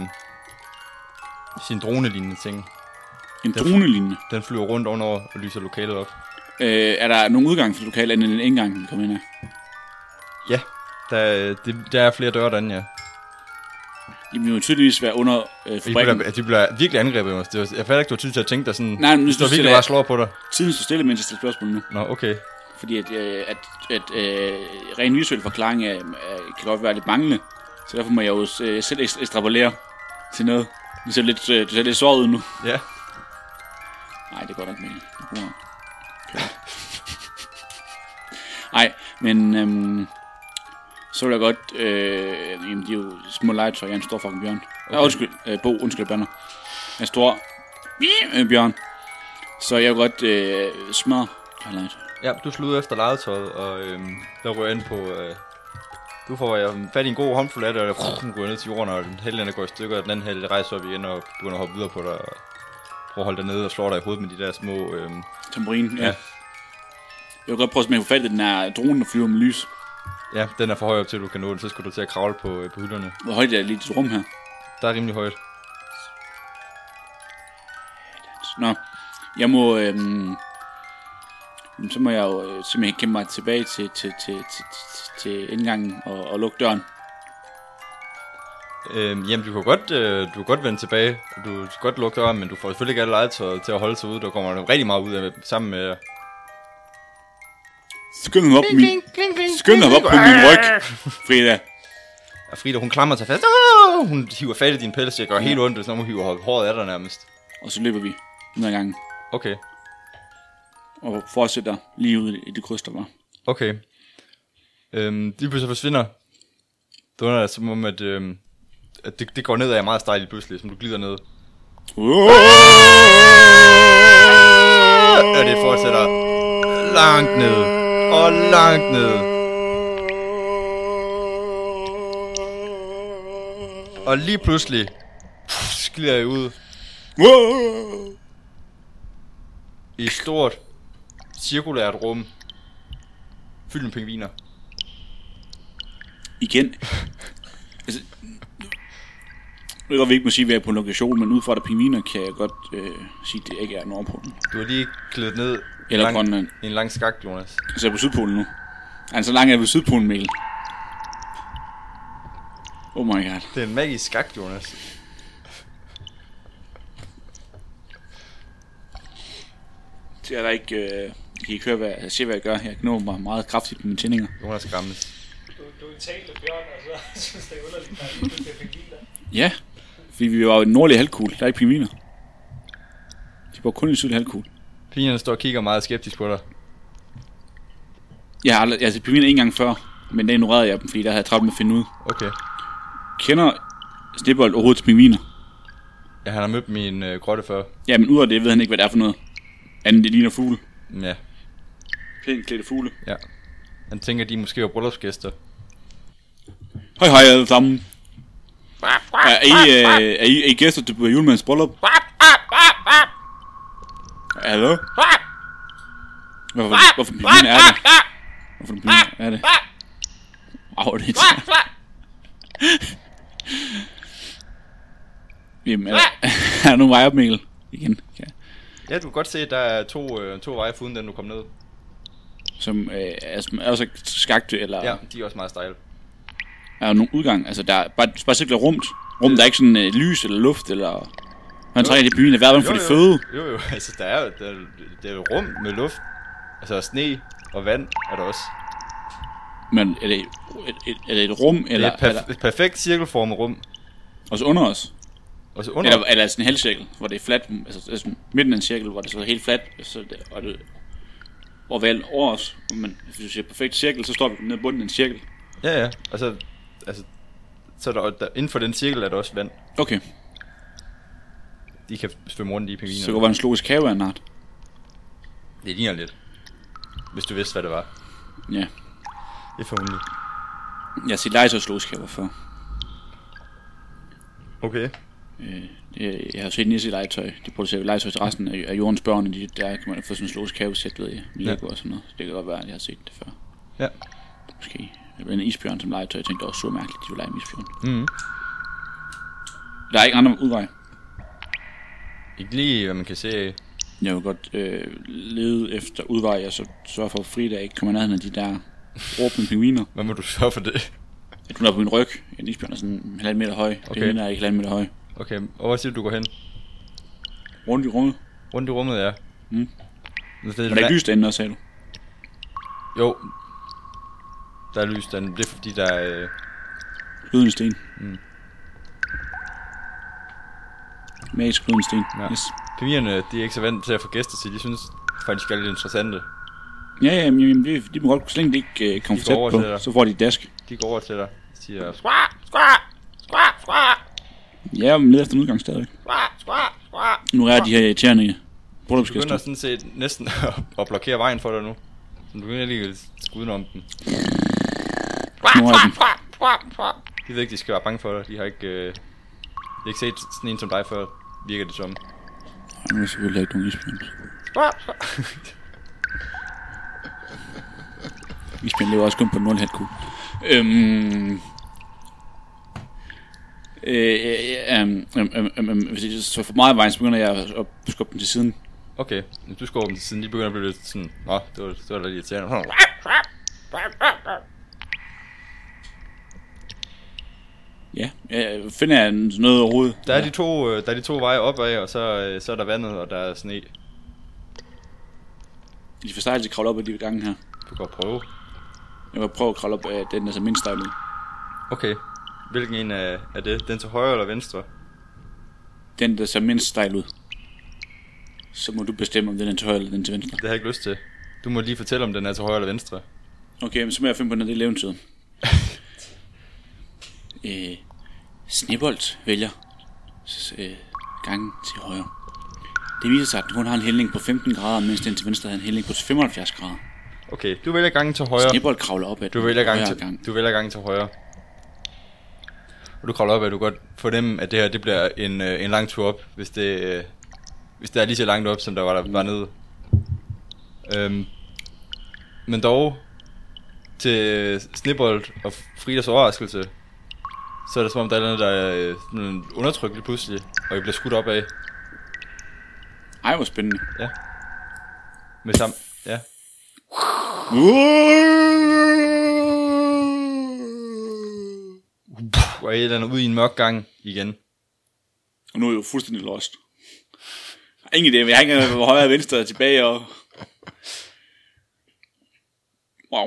en drone-lignende ting. En drone-lignende? Den flyver rundt ovenover og lyser lokalet op. Er der nogen udgang for lokalet, end en indgang, vi kommer ind af? Ja, Der er flere døre derinde, ja. Jamen, vi må tydeligvis være under fabrikken. De bliver virkelig angrebet. Jeg fatter ikke, du har tid til at tænke dig sådan... Nej, men du står virkelig bare slår på dig. Tiden står stille, mens jeg stiller spørgsmål nu. Nå, okay. Fordi at ren visuel forklaring kan godt være lidt manglende. Så derfor må jeg jo selv ekstrapolere til noget. Du ser lidt såret ud nu. Ja. Nej, det går nok med. Nej, men... så vil jeg godt... jamen, de er jo små legetøj. Jeg er en stor fucking bjørn. Okay. Undskyld, Banner. Jeg er en stor... bjørn. Så jeg vil godt smadre legetøj. Ja, du slår ud efter legetøjet, og der rører ind på... du får fat i en god håndfuld af det, og den går ned til jorden, og den halvdelen går i stykker, og den anden halvdel rejser op igen, og begynder at hoppe videre på dig, og prøver at holde dig nede og slår dig i hovedet med de der små... tamburin, ja. Jeg vil godt prøve at få fat i den her drone, der flyver med lys. Ja, den er for høj op til, at du kan nå den, så skal du til at kravle på hylderne. Hvor højt er lige dit rum her? Der er rimelig højt. Nå, jeg må... så må jeg jo simpelthen kæmpe mig tilbage til indgangen og lukke døren. Jamen, du kan godt vende tilbage, og du kan godt lukke døren, men du får selvfølgelig ikke alle legetøjet til at holde sig ude. Der kommer rigtig meget ud af sammen med... Skynd dig op på min ryg, Frida. Og Frida, hun klamrer sig fast. Hun hiver fat i din pels, jeg gør helt ondt, så hun hiver håret af dig nærmest. Og så løber vi den her gang. Okay. Og fortsætter lige ud i det kryds, der var. Okay. De pludselig forsvinder. Det er som om, at det går ned og er meget stejligt pludselig, som du glider ned. Og det fortsætter langt ned. Og langt ned. Og lige pludselig glider jeg ud i et stort cirkulært rum fyldt med pingviner. Igen. Altså, jeg ved vi ikke må sige, at vi er på en lokation, men ud fra der pingviner kan jeg godt sige, at det ikke er Nordpolen. Du har lige glidet ned eller Grønland. I en lang skakt, Jonas. Så jeg er på Sydpolen nu. Altså, så langt er jeg på Sydpolen, Mikkel. Oh my god. Det er en magisk skakt, Jonas. Det er der ikke... I kan høre, hvad jeg gør. Jeg knår mig meget kraftigt på mine tændinger. Jonas skræmmes. Du er talt bjørn, og så synes det er underligt, at der ikke er pingviner. Ja, fordi vi var jo i den nordlige halvkugle. Der er ikke pingviner. De var kun i den sydlige halvkugle. Pingvinerne står og kigger meget skeptisk på dig. Jeg har aldrig... Altså, pingviner en gang før, men der ignorerede jeg dem, fordi der havde jeg travlt med at finde ud. Okay. Kender Snebold overhovedet til pingviner? Ja, han har mødt dem i en grotte før. Ja, men ud af det ved han ikke, hvad det er for noget. Anden, det ligner fugle. Ja. Pænt klædte fugle. Ja. Han tænker, de måske var bryllupsgæster. Hej alle sammen. Er I gæster til julemandens bryllup? Hallo? Hvorfor pingviner er det? Hvorfor pingviner er det? Det Jamen, er der nogen vej op, Mikkel? Igen. Ja, du kan godt se, at der er to veje foruden den, du kom ned. Som er også skagte, eller... Ja, de er også meget stejle. Er der nogen udgang? Altså, der er bare sikkert rumt. Rum, der er ikke sådan lys eller luft, eller... Man trækker i byen, hvad er det for det føde? Jo, altså, der er jo rum med luft. Altså, sne og vand er der også. Men er det et rum, eller... Det er et perfekt cirkelformet rum. Også under os? Også under? Eller sådan en halvcirkel, hvor det er fladt, altså midten af en cirkel, hvor det så er helt fladt, og vel over os. Men hvis du siger perfekt cirkel, så står vi nede i bunden af en cirkel. Ja, altså så der inden for den cirkel er der også vand. Okay. De kan svømme rundt i pingviner. Så det kunne være en zoologisk have af en art. Det ligner lidt. Hvis du vidste, hvad det var. Ja. Det er forhåndelig. Jeg har set legetøj zoologisk have før. Okay. Jeg har set Nisse i legetøj. De producerer legetøj til resten af jordens børn, og der kan man få sådan en zoologisk havesæt, ved jeg. Lego og sådan noget. Det kan godt være, at jeg har set det før. Ja. Måske. En isbjørn som legetøj. Jeg tænkte, det var så mærkeligt, at de ville lege med isbjørn. Mhm. Der er ikke andre udveje. Ikke lige, hvad man kan se. Jeg vil godt lede efter udveje, og så sørge for, at Frida ikke kommer ned af de der råbende pingviner. Hvad må du sørge for det? At hun er på min ryg. En isbjørn er sådan 1,5 meter høj. Okay. Den ene er ikke 1,5 meter høj. Okay, og hvor siger du går hen? Rundt i rummet. Rundt i rummet, ja. Mm. Det Er der ikke lys derinde også, sagde du? Jo. Der er lys derinde. Det er fordi, der er... Glødende sten. Mm. Magisk glødende sten. Ja. Yes. Pigerne, de er ikke så vant til at få gæster til. De synes faktisk, er lidt interessante. Ja, jamen, de må godt, så længe de ikke kommer tæt på, så får de et dask. De går over til dig og siger... Ja, men leder efter en udgang stadigvæk. Nu er de her irriterende Du bryllupsgæster. begynder sådan set næsten at blokere vejen for dig nu. Så du begynder lige at skudde om dem. Nu er de. De ved ikke, de skal være bange for dig. De har ikke set sådan en som dig før, virker det som. Nu er selvfølgelig ikke nogen isbjørn. Isbjørn lever også kun på en 0,5 så for meget vejen, så begynder jeg at skubbe dem til siden. Okay, hvis du skubber dem til siden, de begynder at blive lidt sådan... Nå, det var da lidt irriterende. Ja, finder jeg noget overhovedet. Der er de to veje opad, og så er der vandet, og der er sne. De får stejlet til at kravle op ad de gange her. Du kan prøve. Jeg vil prøve at kravle op af den, der så mindst stejlet. Okay. Hvilken en er det? Den til højre eller venstre? Den, der så mindst stejlet. Så må du bestemme, om den er til højre eller den til venstre. Det har jeg ikke lyst til. Du må lige fortælle, om den er til højre eller venstre. Okay, men så må jeg finde på den del eventyr. Snebold vælger gangen til højre. Det viser sig, at hun har en hældning på 15 grader, mens den til venstre har en hældning på 75 grader. Okay, du vælger gangen til højre. Snebold kravler op ad Du vælger gangen til højre. Og du kravler op ad, du kan godt fornemme, at det her det bliver en lang tur op, hvis det er lige så langt op, som der var nede. Men dog, til Snebold og Fridas overraskelse, så er det som om, der er noget, der er undertrykt lige pludselig, og I bliver skudt op af. Ej, hvor spændende. Ja. Med sammen. Ja. Og I lander ud i en mørk gang igen. Og nu er jeg jo fuldstændig lost. Ingen idé, men jeg har ikke engang været højre og venstre tilbage og... Wow.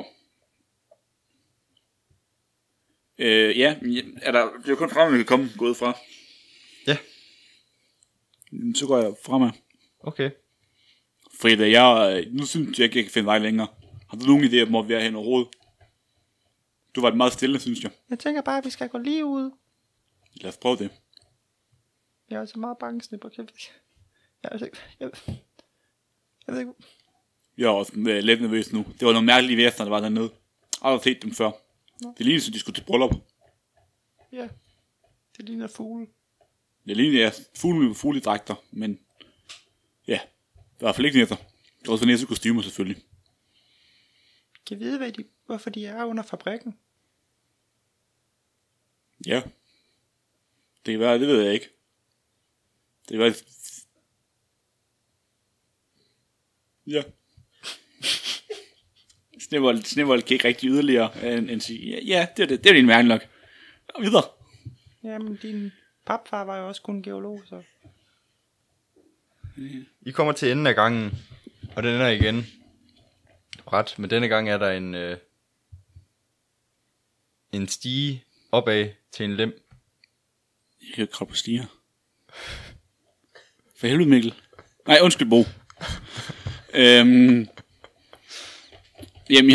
Ja, er der... Det er jo kun frem, vi kan komme gået fra. Ja. Så går jeg fremad. Okay. Frida, nu synes jeg ikke, jeg kan finde vej længere. Har du nogen idé om, hvor vi er hen overhovedet? Du var meget stille, synes jeg. Jeg tænker bare, at vi skal gå lige ud. Lad os prøve det. Jeg er så meget bange, Snipper. Jeg ved ikke. Jeg er også lidt nervøs nu. Det var nogle mærkelige væsener, der var dernede. Jeg har set dem før. Nå. Det ligner, at de skulle til bryllup. Ja, det ligner fugle. Det ligner, ja, fugledragter, men ja, der er i hvert fald ikke nætter. Det er også næste kostymer, selvfølgelig. Kan jeg vide, hvorfor de er under fabrikken? Ja. Det kan være, det ved jeg ikke. Det kan være... Ja. Snebold kan ikke rigtig yderligere end sige, ja, det er din mærke nok. Og videre. Jamen, din papfar var jo også kun geolog, så... I kommer til enden af gangen, og den ender igen ret, men denne gang er der en stige opad til en lem. Jeg kan jo krabbe på stiger. For helvede, Mikkel. Nej, undskyld, Bo. Jamen,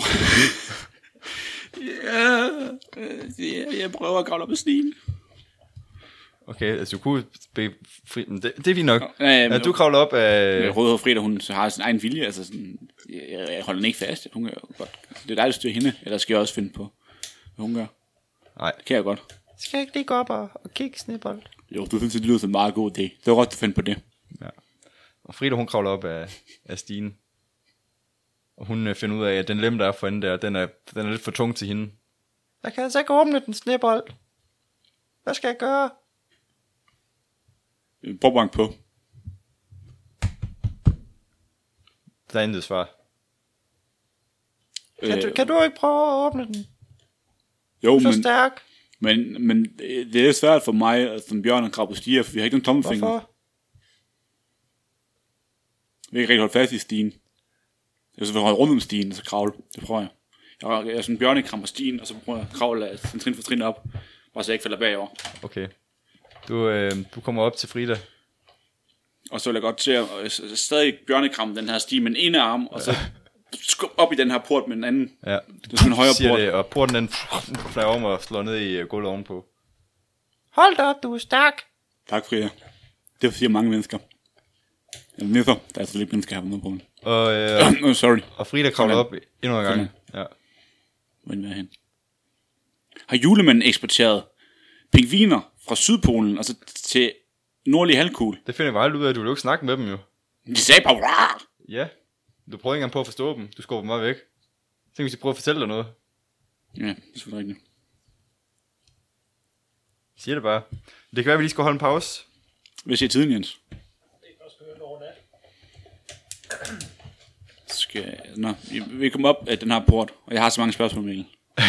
jeg prøver at kravle op ad stigen. Okay, altså du kunne det er fint nok. Ja, du kravler op af... Rødhård Frida, hun så har sin egen vilje, altså sådan, jeg holder den ikke fast. Hun gør godt. Det er dig, der styrer hende, eller skal jeg også finde på, hvad hun gør? Nej. Det kan jeg godt. Skal jeg ikke lige gå op og kigge, Snebold? Jo, du synes, det lyder som en meget god idé. Det var godt, du fandt på det. Ja. Og Frida, hun kravler op af stigen. Og hun finder ud af, at den lem, der er for hende der, den er lidt for tung til hende. Jeg kan altså ikke åbne den, Snebold. Hvad skal jeg gøre? Prøv at banke på. Der er intet svar. Kan du ikke prøve at åbne den? Jo, Så stærk. men det er svært for mig, som Bjørn, at grave på stiger, for vi har ikke nogen tommelfinger. Hvorfor? Vi kan ikke rigtig holde fast i stien. Jeg vil holde rundt om stien, og så kravle. Det prøver jeg. Jeg er sådan Bjørn, jeg krammer stien, og så prøver jeg at kravle sådan trin for trin op, bare så jeg ikke falder bagover. Okay. Du kommer op til Frida. Og så vil jeg godt til at stadig bjørnekramme den her sti med den ene arm, og så skub op i den her port med den anden. Ja. Det er sådan en højere Siger port. det, og porten den flyver om og slår ned i gulvet ovenpå. Hold da op, du er stærk. Tak, Frida. Det siger mange mennesker. Eller nætter, der er så lidt mennesker her på noget problem. Og, Sorry. og Frida kravler op endnu en gang. Sådan. Ja. Hvor er det hen? Har julemanden eksporteret pingviner fra Sydpolen, altså til nordlige halvkugle? Det finder jeg bare aldrig ud af, du vil jo ikke snakke med dem jo. De sagde bare, Rar! Ja. Du prøver ikke engang på at forstå dem. Du skubber dem meget væk. Tænk hvis de prøver at fortælle dig noget. Ja, det er selvfølgelig rigtigt. Siger det bare. Det kan være, at vi lige skal holde en pause. Hvad siger tiden, Jens? Det er også begyndt over nat. Vi kommer op af den her port, og jeg har så mange spørgsmål, Mikkel.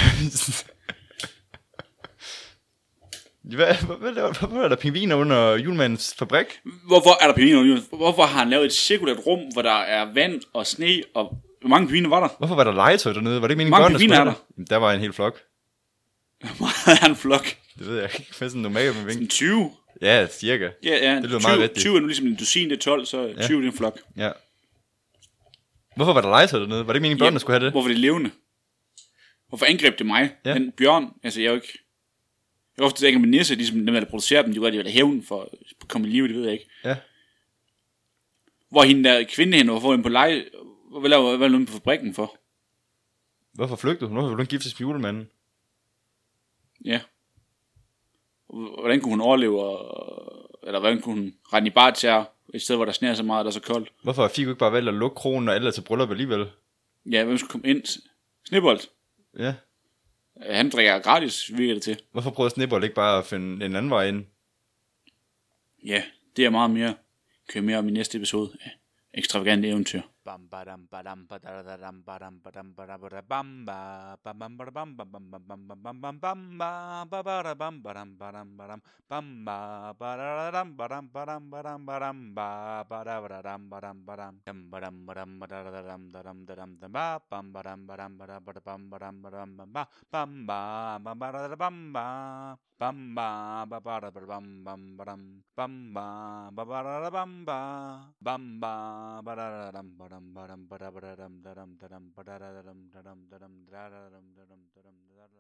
Hvorfor er der pingviner under julemandens fabrik? Hvorfor er der pingviner? Hvorfor har han lavet et cirkulært rum, hvor der er vand og sne, og hvor mange pingviner var der? Hvorfor var der legetøj dernede? Var det ikke meningen, Mange børnene pingviner skulle er have det? Der var en hel flok. Meget er en flok. Det ved jeg ikke. Hvad er sådan normalt med Sådan 20. Ja, cirka. Ja, Det lyder 20, meget rigtigt. 20 er nu ligesom en dusin, det er 12, så 20 det er en flok. Ja. Hvorfor var der legetøj dernede? Var det ikke meningen, børnene skulle have det? Hvorfor er det levende? Hvorfor angreb det mig? Ja. Den bjørn, altså jeg er jo ikke... Jeg har ofte tænkt med nisse, ligesom dem, der producerer dem, de gør det hævn for at komme i live, det ved jeg ikke. Ja. Hvor hende der kvinde hende, hvorfor hende på leje, hvad laver hun på fabrikken for? Hvorfor flygtede hun? Hvorfor ville hun giftes med julemanden? Ja. Hvordan kunne hun overleve, eller hvordan kunne hun rende i barter et sted, hvor der sneer så meget, der er så koldt? Hvorfor fik hun ikke bare valgt at lukke kronen, og alle er til bryllup alligevel? Ja, hvem skulle komme ind? Snebold. Ja. Han drikker gratis, virker det til. Hvorfor prøvede Snebold ikke bare at finde en anden vej ind? Ja, det er meget mere. Kører mere om i næste episode af Ekstravagante Eventyr. Bam badam badam badam badam badam badam bam ba bam bam bam bam bam bam bam bam bam badam badam badam bam ba badam badam badam badam badam ba badam badam badam badam badam badam badam badam badam ba bam badam badam badam badam badam badam ba bam ba bam badam bam ba bam ba badam bam badam bam ba badam ba bam ba badam badam badam badam badam badam badam badam badam badam badam badam badam